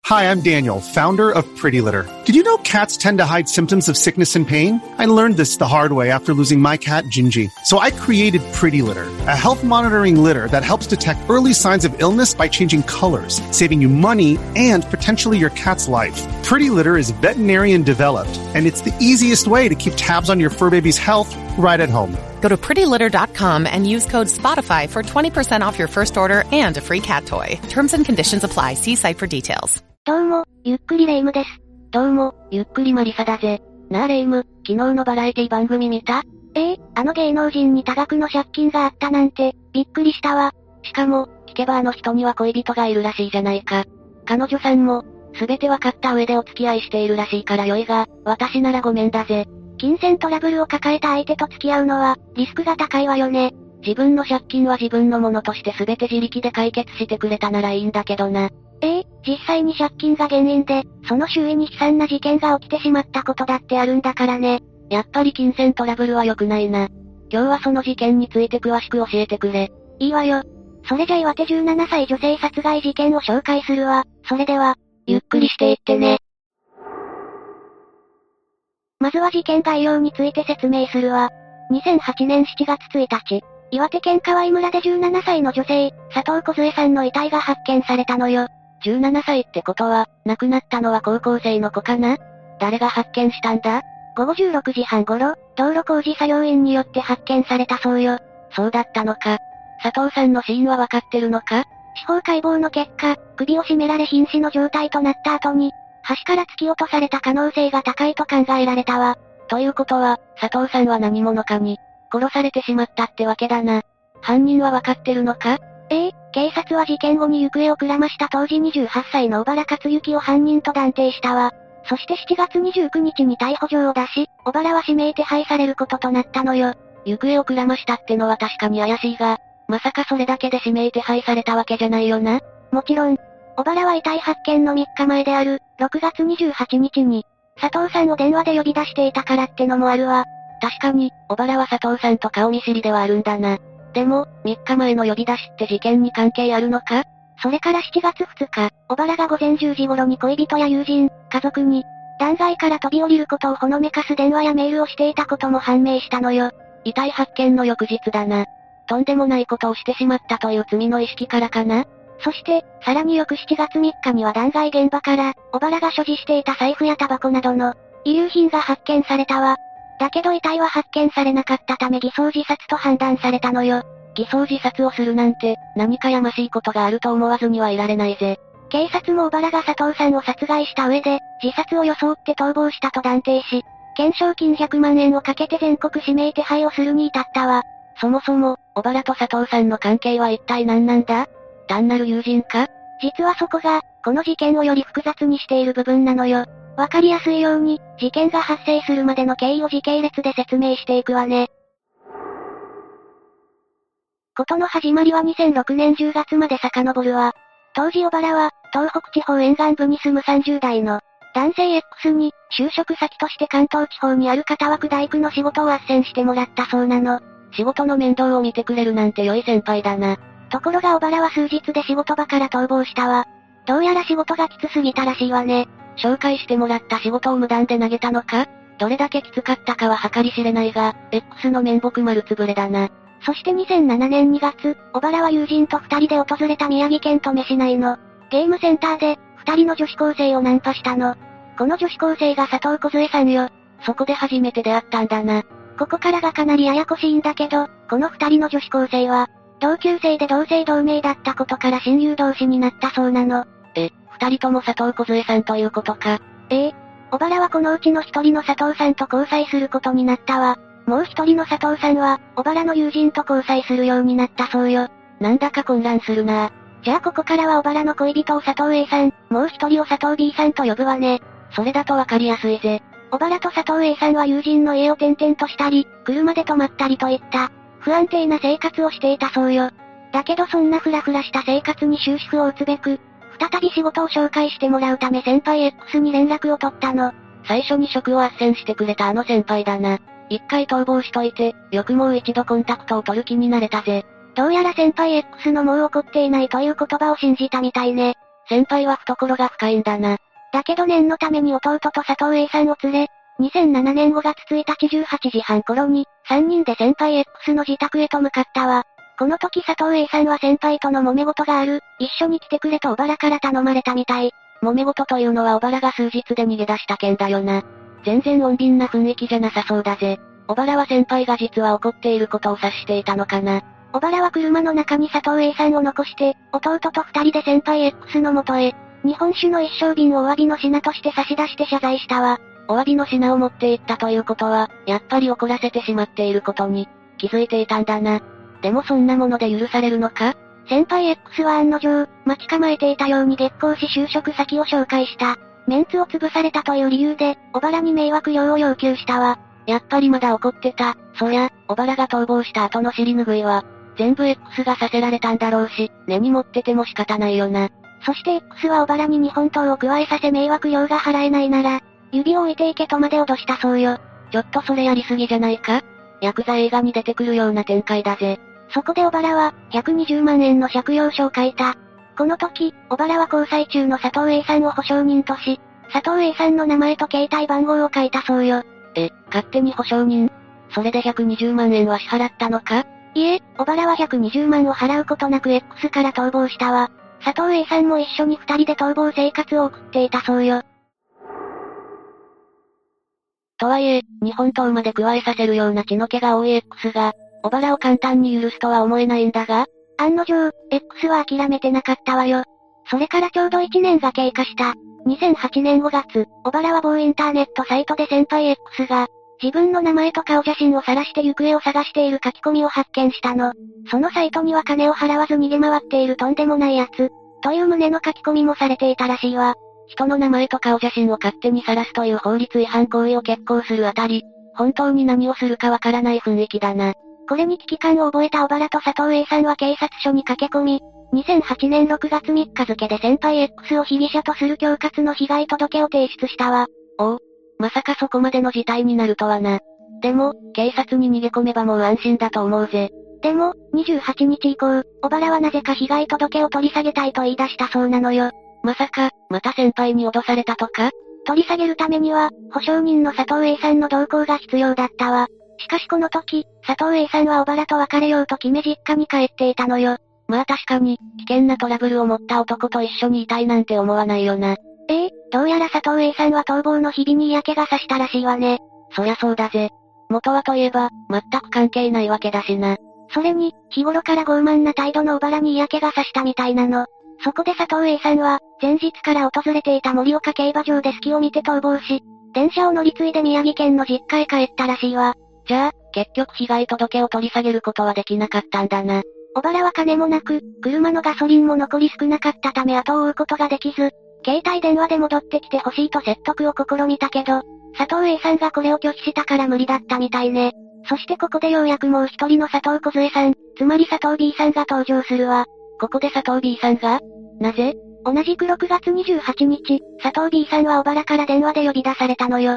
Hi, I'm Daniel, founder of Pretty Litter. Did you know cats tend to hide symptoms of sickness and pain? I learned this the hard way after losing my cat, Gingy. So I created Pretty Litter, a health monitoring litter that helps detect early signs of illness by changing colors, saving you money and potentially your cat's life. Pretty Litter is veterinarian developed, and it's the easiest way to keep tabs on your fur baby's health right at home. Go to prettylitter.com and use code SPOTIFY for 20% off your first order and a free cat toy. Terms and conditions apply. See site for details. どうも、ゆっくりレ夢ムです。 どうも、ゆっくりマリサだぜ。なあレ夢ム、昨日のバラエティ番組見た？ あの芸能人に多額の借金があったなんて、びっくりしたわ。 しかも、聞けばあの人には恋人がいるらしいじゃないか。彼女さんも、すべて分かった上でお付き合いしているらしいからよいが、私ならごめんだぜ。 金銭トラブルを抱えた相手と付き合うのは、リスクが高いわよね。 自分の借金は自分のものとしてすべて自力で解決してくれたならいいんだけどな。 実際に借金が原因で、その周囲に悲惨な事件が起きてしまったことだってあるんだからね。 やっぱり金銭トラブルは良くないな。今日はその事件について詳しく教えてくれ。 いいわよ。それじゃ岩手17歳女性殺害事件を紹介するわ。それでは、 ゆっくりしていってね。 まずは事件概要について説明するわ。2008年7月1日、岩手県河合村で17歳の女性、佐藤梢さんの遺体が発見されたのよ。 17歳ってことは、亡くなったのは高校生の子かな？誰が発見したんだ？ 午後16時半頃、道路工事作業員によって発見されたそうよ。 そうだったのか。佐藤さんの死因はわかってるのか？ 司法解剖の結果、首を絞められ瀕死の状態となった後に、橋から突き落とされた可能性が高いと考えられたわ。 ということは、佐藤さんは何者かに、殺されてしまったってわけだな。犯人はわかってるのか？ 警察は事件後に行方をくらました当時28歳の小原克行を犯人と断定したわ。そして7月29日に逮捕状を出し、小原は指名手配されることとなったのよ。 行方をくらましたってのは確かに怪しいが、まさかそれだけで指名手配されたわけじゃないよな。 もちろん、小原は遺体発見の3日前である、6月28日に、佐藤さんを電話で呼び出していたからってのもあるわ。 確かに、小原は佐藤さんと顔見知りではあるんだな。でも、3日前の呼び出しって事件に関係あるのか？ それから7月2日、小原が午前10時頃に恋人や友人、家族に、断崖から飛び降りることをほのめかす電話やメールをしていたことも判明したのよ。 遺体発見の翌日だな。とんでもないことをしてしまったという罪の意識からかな？ そして、さらに翌7月3日には断崖現場から、小原が所持していた財布やタバコなどの、遺留品が発見されたわ。だけど遺体は発見されなかったため偽装自殺と判断されたのよ。 偽装自殺をするなんて、何かやましいことがあると思わずにはいられないぜ。 警察も小原が佐藤さんを殺害した上で、自殺を装って逃亡したと断定し、懸賞金100万円をかけて全国指名手配をするに至ったわ。 そもそも、小原と佐藤さんの関係は一体何なんだ？単なる友人か？ 実はそこが、この事件をより複雑にしている部分なのよ。わかりやすいように、事件が発生するまでの経緯を時系列で説明していくわね。事の始まりは2006年10月まで遡るわ。当時小原は、東北地方沿岸部に住む30代の男性 X に、就職先として関東地方にある片枠大工の仕事を斡旋してもらったそうなの。 仕事の面倒を見てくれるなんて良い先輩だな。 ところが小原は数日で仕事場から逃亡したわ。どうやら仕事がきつすぎたらしいわね。 紹介してもらった仕事を無断で投げたのか？どれだけきつかったかは計り知れないが、X の面目丸つぶれだな。 そして2007年2月、小原は友人と二人で訪れた宮城県登米市内のゲームセンターで、二人の女子高生をナンパしたの。この女子高生が佐藤梢さんよ。 そこで初めて出会ったんだな。 ここからがかなりややこしいんだけど、この二人の女子高生は、同級生で同姓同名だったことから親友同士になったそうなの。 二人とも佐藤梢さんということか。 小原はこのうちの一人の佐藤さんと交際することになったわ。もう一人の佐藤さんは、小原の友人と交際するようになったそうよ。 なんだか混乱するな。 じゃあここからは小原の恋人を佐藤 A さん、もう一人を佐藤 B さんと呼ぶわね。 それだとわかりやすいぜ。 小原と佐藤 A さんは友人の家を転々としたり、車で泊まったりといった、不安定な生活をしていたそうよ。だけどそんなフラフラした生活に終止符を打つべく、再び仕事を紹介してもらうため先輩 X に連絡を取ったの。 最初に職を斡旋してくれたあの先輩だな。一回逃亡しといて、よくもう一度コンタクトを取る気になれたぜ。 どうやら先輩 X のもう怒っていないという言葉を信じたみたいね。 先輩は懐が深いんだな。 だけど念のために弟と佐藤 A さんを連れ、2007年5月1日18時半頃に、3人で先輩 X の自宅へと向かったわ。この時佐藤 A さんは先輩との揉め事がある、一緒に来てくれと小原から頼まれたみたい。 揉め事というのは小原が数日で逃げ出した件だよな。全然穏便な雰囲気じゃなさそうだぜ。小原は先輩が実は怒っていることを察していたのかな。 小原は車の中に佐藤 A さんを残して、弟と二人で先輩 X の元へ、日本酒の一升瓶をお詫びの品として差し出して謝罪したわ。 お詫びの品を持って行ったということは、やっぱり怒らせてしまっていることに、気づいていたんだな。でもそんなもので許されるのか？ 先輩 X は案の定、待ち構えていたように激高し就職先を紹介した。メンツを潰されたという理由で、小原に迷惑料を要求したわ。 やっぱりまだ怒ってた。そりゃ、小原が逃亡した後の尻拭いは、全部 X がさせられたんだろうし、根に持ってても仕方ないよな。 そして X は小原に日本刀を加えさせ迷惑料が払えないなら、指を置いていけとまで脅したそうよ。 ちょっとそれやりすぎじゃないか？ヤクザ映画に出てくるような展開だぜ。 そこで小原は、120万円の借用書を書いた。この時、小原は交際中の佐藤 A さんを保証人とし、佐藤 A さんの名前と携帯番号を書いたそうよ。 勝手に保証人？それで120万円は支払ったのか？ いえ、小原は120万を払うことなく X から逃亡したわ。佐藤 A さんも一緒に二人で逃亡生活を送っていたそうよ。 とはいえ、日本刀まで加えさせるような血の気が多い X が、小原を簡単に許すとは思えないんだが、 案の定、X は諦めてなかったわよ。それからちょうど1年が経過した。2008年5月、小原は某インターネットサイトで先輩 X が、自分の名前と顔写真を晒して行方を探している書き込みを発見したの。そのサイトには金を払わず逃げ回っているとんでもないやつ、という旨の書き込みもされていたらしいわ。 人の名前と顔写真を勝手に晒すという法律違反行為を決行するあたり、本当に何をするかわからない雰囲気だな。 これに危機感を覚えた小原と佐藤 A さんは警察署に駆け込み、2008年6月3日付で先輩 X を被疑者とする恐喝の被害届を提出したわ。 おう、まさかそこまでの事態になるとはな。でも、警察に逃げ込めばもう安心だと思うぜ。 でも、28日以降、小原はなぜか被害届を取り下げたいと言い出したそうなのよ。 まさか、また先輩に脅されたとか？ 取り下げるためには、保証人の佐藤 A さんの同行が必要だったわ。しかしこの時、佐藤 A さんは小原と別れようと決め実家に帰っていたのよ。 まあ確かに、危険なトラブルを持った男と一緒にいたいなんて思わないよな。 どうやら佐藤 A さんは逃亡の日々に嫌気がさしたらしいわね。 そりゃそうだぜ。元はといえば、全く関係ないわけだしな。 それに、日頃から傲慢な態度の小原に嫌気がさしたみたいなの。そこで佐藤 A さんは、前日から訪れていた盛岡競馬場で隙を見て逃亡し、電車を乗り継いで宮城県の実家へ帰ったらしいわ。 じゃあ、結局被害届を取り下げることはできなかったんだな。 小原は金もなく、車のガソリンも残り少なかったため後を追うことができず、携帯電話で戻ってきてほしいと説得を試みたけど、佐藤 A さんがこれを拒否したから無理だったみたいね。そしてここでようやくもう一人の佐藤梢さん、つまり佐藤 B さんが登場するわ。 ここで佐藤 B さんが？なぜ？ 同じく6月28日、佐藤 B さんは小原から電話で呼び出されたのよ。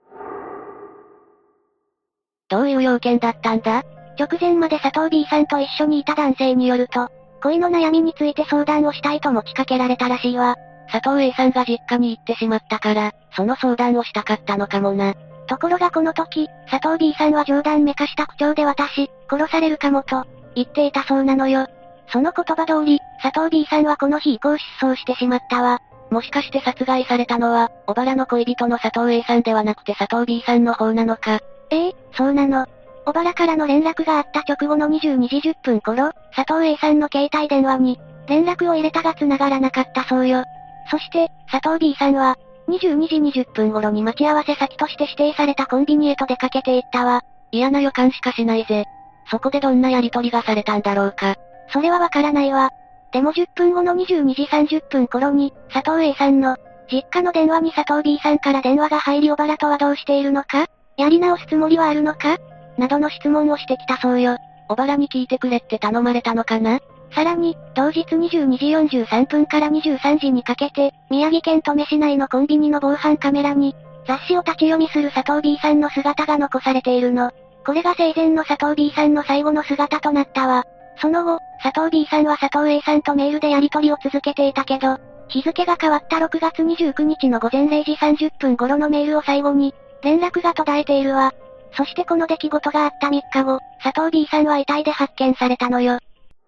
どういう要件だったんだ？ 直前まで佐藤 B さんと一緒にいた男性によると、恋の悩みについて相談をしたいと持ちかけられたらしいわ。 佐藤 A さんが実家に行ってしまったから、その相談をしたかったのかもな。 ところがこの時、佐藤 B さんは冗談めかした口調で私、殺されるかもと、言っていたそうなのよ。その言葉通り、佐藤 B さんはこの日以降失踪してしまったわ。 もしかして殺害されたのは、小原の恋人の佐藤 A さんではなくて佐藤 B さんの方なのか？ そうなの。小原からの連絡があった直後の22時10分頃、佐藤 A さんの携帯電話に、連絡を入れたが繋がらなかったそうよ。そして、佐藤 B さんは、22時20分頃に待ち合わせ先として指定されたコンビニへと出かけていったわ。 嫌な予感しかしないぜ。そこでどんなやり取りがされたんだろうか。 それはわからないわ。でも10分後の22時30分頃に、佐藤 A さんの、実家の電話に佐藤 B さんから電話が入り小原とはどうしているのか？やり直すつもりはあるのか？などの質問をしてきたそうよ。 小原に聞いてくれって頼まれたのかな？ さらに、同日22時43分から23時にかけて、宮城県登米市内のコンビニの防犯カメラに、雑誌を立ち読みする佐藤 B さんの姿が残されているの。これが生前の佐藤 B さんの最後の姿となったわ。その後、佐藤 B さんは佐藤 A さんとメールでやり取りを続けていたけど、 日付が変わった6月29日の午前0時30分頃のメールを最後に、連絡が途絶えているわ。そしてこの出来事があった3日後、佐藤 B さんは遺体で発見されたのよ。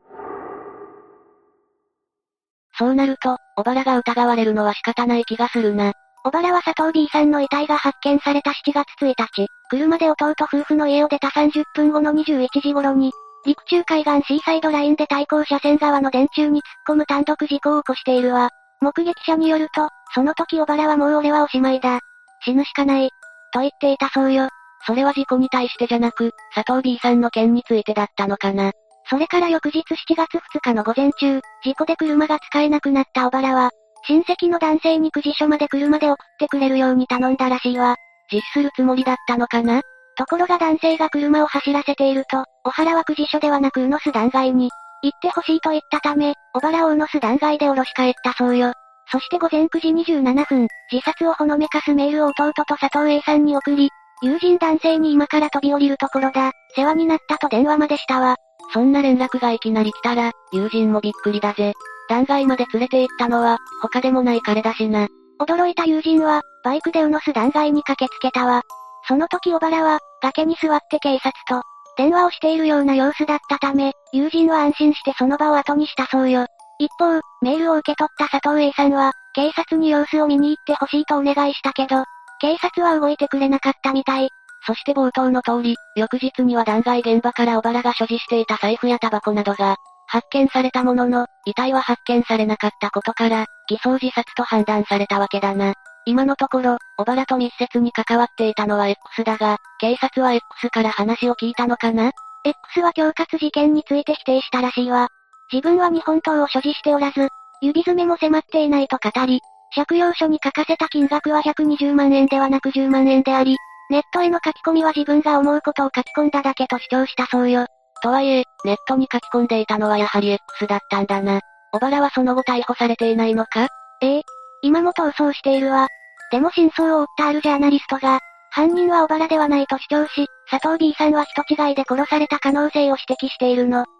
そうなると、小原が疑われるのは仕方ない気がするな。 小原は佐藤 B さんの遺体が発見された7月1日、車で弟夫婦の家を出た30分後の21時頃に、陸中海岸シーサイドラインで対向車線側の電柱に突っ込む単独事故を起こしているわ。目撃者によると、その時小原はもう俺はおしまいだ。死ぬしかない。と言っていたそうよ。 それは事故に対してじゃなく、佐藤 B さんの件についてだったのかな。 それから翌日7月2日の午前中、事故で車が使えなくなった小原は、親戚の男性に9時所まで車で送ってくれるように頼んだらしいわ。 実施するつもりだったのかな。 ところが男性が車を走らせていると、小原は9時所ではなく宇野須断崖に、行ってほしいと言ったため、小原を宇野須断崖で降ろし帰ったそうよ。そして午前9時27分、自殺をほのめかすメールを弟と佐藤 A さんに送り、友人男性に今から飛び降りるところだ、世話になったと電話までしたわ。 そんな連絡がいきなり来たら、友人もびっくりだぜ。断崖まで連れて行ったのは、他でもない彼だしな。 驚いた友人は、バイクで宇野須断崖に駆けつけたわ。その時小原は、崖に座って警察と、電話をしているような様子だったため、友人は安心してその場を後にしたそうよ。一方、メールを受け取った佐藤 A さんは、警察に様子を見に行ってほしいとお願いしたけど、警察は動いてくれなかったみたい。 そして冒頭の通り、翌日には断崖現場から小原が所持していた財布やタバコなどが、発見されたものの、遺体は発見されなかったことから、偽装自殺と判断されたわけだな。今のところ、小原と密接に関わっていたのは X だが、警察は X から話を聞いたのかな？ X は恐喝事件について否定したらしいわ。自分は日本刀を所持しておらず、指詰めも迫っていないと語り、借用書に書かせた金額は120万円ではなく10万円であり、ネットへの書き込みは自分が思うことを書き込んだだけと主張したそうよ。 とはいえ、ネットに書き込んでいたのはやはり X だったんだな。小原はその後逮捕されていないのか？ 今も逃走しているわ。でも真相を追ったあるジャーナリストが、犯人は小原ではないと主張し、佐藤 B さんは人違いで殺された可能性を指摘しているの。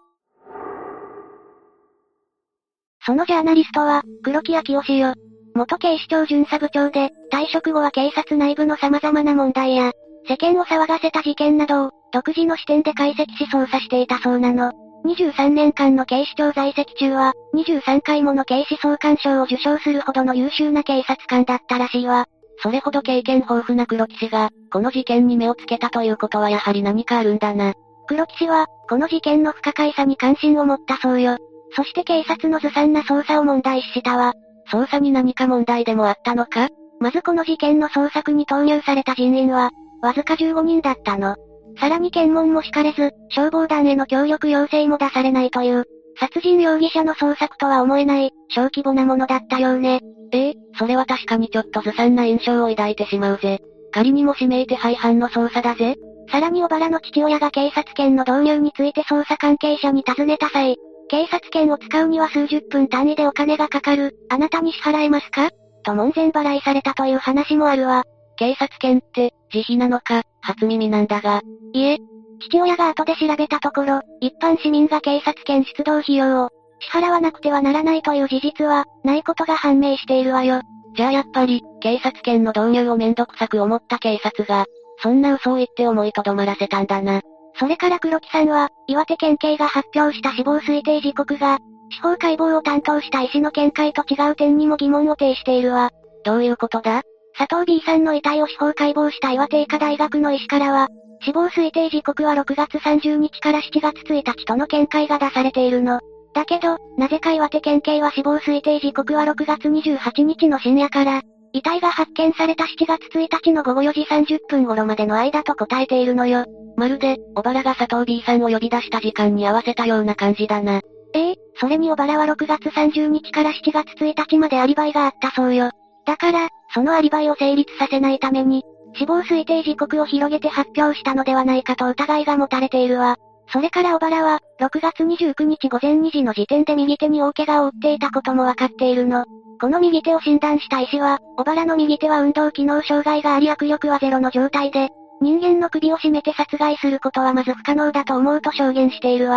そのジャーナリストは、黒木昭夫よ。元警視庁巡査部長で、退職後は警察内部の様々な問題や、世間を騒がせた事件などを、独自の視点で解析し捜査していたそうなの。23年間の警視庁在籍中は、23回もの警視総監賞を受賞するほどの優秀な警察官だったらしいわ。 それほど経験豊富な黒木氏が、この事件に目をつけたということはやはり何かあるんだな。 黒木氏は、この事件の不可解さに関心を持ったそうよ。そして警察のずさんな捜査を問題視したわ。 捜査に何か問題でもあったのか？ まずこの事件の捜索に投入された人員は、わずか15人だったの。さらに検問も敷かれず、消防団への協力要請も出されないという、殺人容疑者の捜索とは思えない、小規模なものだったようね。 それは確かにちょっとずさんな印象を抱いてしまうぜ。仮にも指名手配犯の捜査だぜ。 さらに小原の父親が警察犬の導入について捜査関係者に尋ねた際、警察犬を使うには数十分単位でお金がかかる、あなたに支払えますか？と門前払いされたという話もあるわ。 警察犬って、自費なのか、初耳なんだが。 いえ、父親が後で調べたところ、一般市民が警察犬出動費用を支払わなくてはならないという事実は、ないことが判明しているわよ。 じゃあやっぱり、警察犬の導入をめんどくさく思った警察が、そんな嘘を言って思いとどまらせたんだな。 それから黒木さんは、岩手県警が発表した死亡推定時刻が、司法解剖を担当した医師の見解と違う点にも疑問を呈しているわ。 どういうことだ？ 佐藤 B さんの遺体を司法解剖した岩手医科大学の医師からは、死亡推定時刻は6月30日から7月1日との見解が出されているの。だけど、なぜか岩手県警は死亡推定時刻は6月28日の深夜から、遺体が発見された7月1日の午後4時30分頃までの間と答えているのよ。 まるで、小原が佐藤 B さんを呼び出した時間に合わせたような感じだな。 それに小原は6月30日から7月1日までアリバイがあったそうよ。だから、そのアリバイを成立させないために、死亡推定時刻を広げて発表したのではないかと疑いが持たれているわ。それから小原は、6月29日午前2時の時点で右手に大怪我を負っていたこともわかっているの。この右手を診断した医師は、小原の右手は運動機能障害があり握力はゼロの状態で、人間の首を絞めて殺害することはまず不可能だと思うと証言しているわ。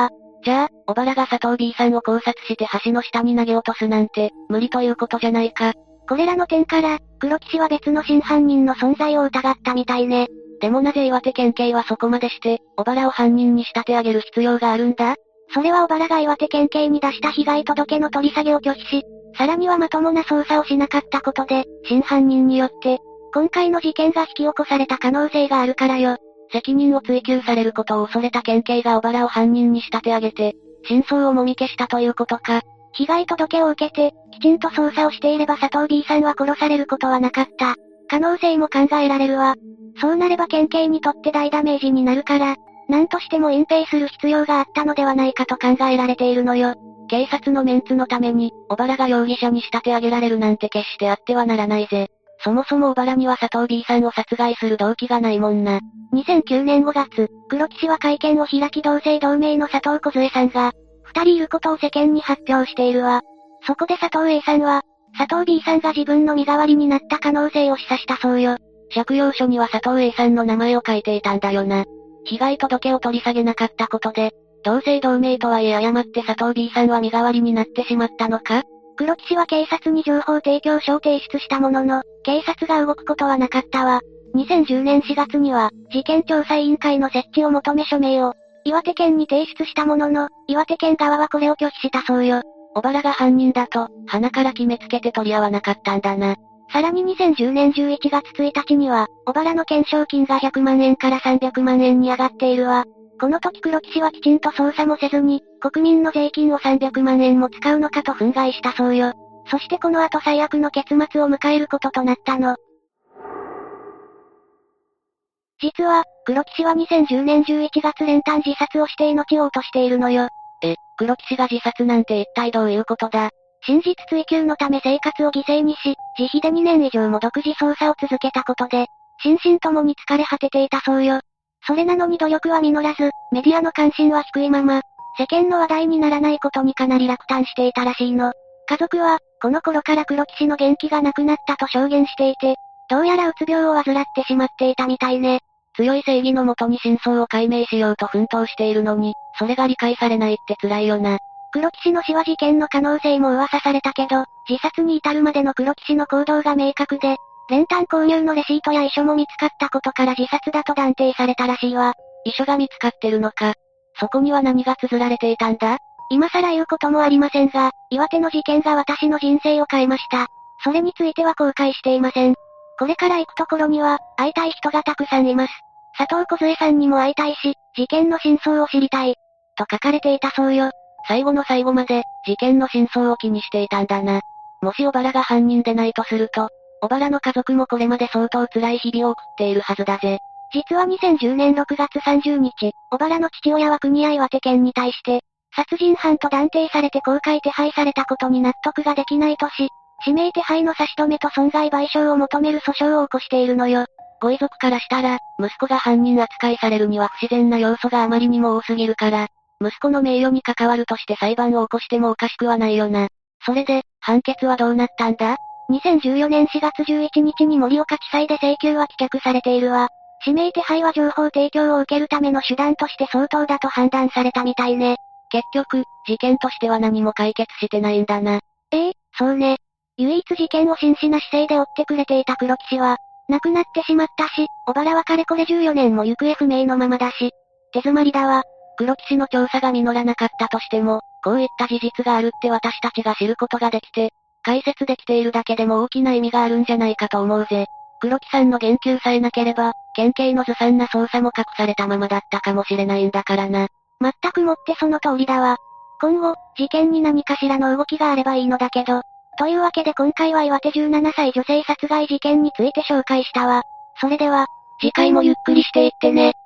じゃあ、小原が佐藤 B さんを考察して橋の下に投げ落とすなんて、無理ということじゃないか。 これらの点から、黒騎士は別の真犯人の存在を疑ったみたいね。 でもなぜ岩手県警はそこまでして、小原を犯人に仕立て上げる必要があるんだ？ それは小原が岩手県警に出した被害届の取り下げを拒否し、さらにはまともな捜査をしなかったことで、真犯人によって、今回の事件が引き起こされた可能性があるからよ。 責任を追及されることを恐れた県警が小原を犯人に仕立て上げて、真相をもみ消したということか。 被害届を受けて、きちんと捜査をしていれば佐藤 B さんは殺されることはなかった。可能性も考えられるわ。そうなれば県警にとって大ダメージになるから、何としても隠蔽する必要があったのではないかと考えられているのよ。 警察のメンツのために、小原が容疑者に仕立て上げられるなんて決してあってはならないぜ。そもそも小原には佐藤 B さんを殺害する動機がないもんな。 2009年5月、黒騎士は会見を開き同姓同名の佐藤梢さんが、二人いることを世間に発表しているわ。そこで佐藤 A さんは、佐藤 B さんが自分の身代わりになった可能性を示唆したそうよ。 借用書には佐藤 A さんの名前を書いていたんだよな。被害届を取り下げなかったことで、同姓同名とはいえ誤って佐藤 B さんは身代わりになってしまったのか？ 黒騎士は警察に情報提供書を提出したものの、警察が動くことはなかったわ。2010年4月には、事件調査委員会の設置を求め署名を、岩手県に提出したものの、岩手県側はこれを拒否したそうよ。 小原が犯人だと、鼻から決めつけて取り合わなかったんだな。 さらに2010年11月1日には、小原の懸賞金が100万円から300万円に上がっているわ。この時黒騎士はきちんと捜査もせずに、国民の税金を300万円も使うのかと憤慨したそうよ。そしてこの後最悪の結末を迎えることとなったの。実は、黒騎士は2010年11月練炭自殺をして命を落としているのよ。 黒騎士が自殺なんて一体どういうことだ？ 真実追求のため生活を犠牲にし、自費で2年以上も独自捜査を続けたことで、心身ともに疲れ果てていたそうよ。それなのに努力は実らず、メディアの関心は低いまま、世間の話題にならないことにかなり落胆していたらしいの。家族は、この頃から黒騎士の元気がなくなったと証言していて、どうやらうつ病を患ってしまっていたみたいね。 強い正義のもとに真相を解明しようと奮闘しているのに、それが理解されないって辛いよな。 黒騎士の死は事件の可能性も噂されたけど、自殺に至るまでの黒騎士の行動が明確で、練炭購入のレシートや遺書も見つかったことから自殺だと断定されたらしいわ。 遺書が見つかってるのか。そこには何が綴られていたんだ？ 今更言うこともありませんが、岩手の事件が私の人生を変えました。それについては後悔していません。これから行くところには、会いたい人がたくさんいます。佐藤梢さんにも会いたいし、事件の真相を知りたい。と書かれていたそうよ。 最後の最後まで、事件の真相を気にしていたんだな。もし小原が犯人でないとすると、小原の家族もこれまで相当辛い日々を送っているはずだぜ。 実は2010年6月30日、小原の父親は国や岩手県に対して、殺人犯と断定されて公開手配されたことに納得ができないとし、指名手配の差し止めと損害賠償を求める訴訟を起こしているのよ。 ご遺族からしたら、息子が犯人扱いされるには不自然な要素があまりにも多すぎるから、息子の名誉に関わるとして裁判を起こしてもおかしくはないよな。それで、判決はどうなったんだ？ 2014年4月11日に盛岡地裁で請求は棄却されているわ。指名手配は情報提供を受けるための手段として相当だと判断されたみたいね。 結局、事件としては何も解決してないんだな。 そうね。唯一事件を真摯な姿勢で追ってくれていた黒騎士は、亡くなってしまったし、小原はかれこれ14年も行方不明のままだし、手詰まりだわ。 黒騎士の調査が実らなかったとしても、こういった事実があるって私たちが知ることができて、解説できているだけでも大きな意味があるんじゃないかと思うぜ。黒木さんの言及さえなければ、県警のずさんな捜査も隠されたままだったかもしれないんだからな。 全くもってその通りだわ。今後、事件に何かしらの動きがあればいいのだけど。というわけで今回は岩手17歳女性殺害事件について紹介したわ。それでは、 次回もゆっくりしていってね。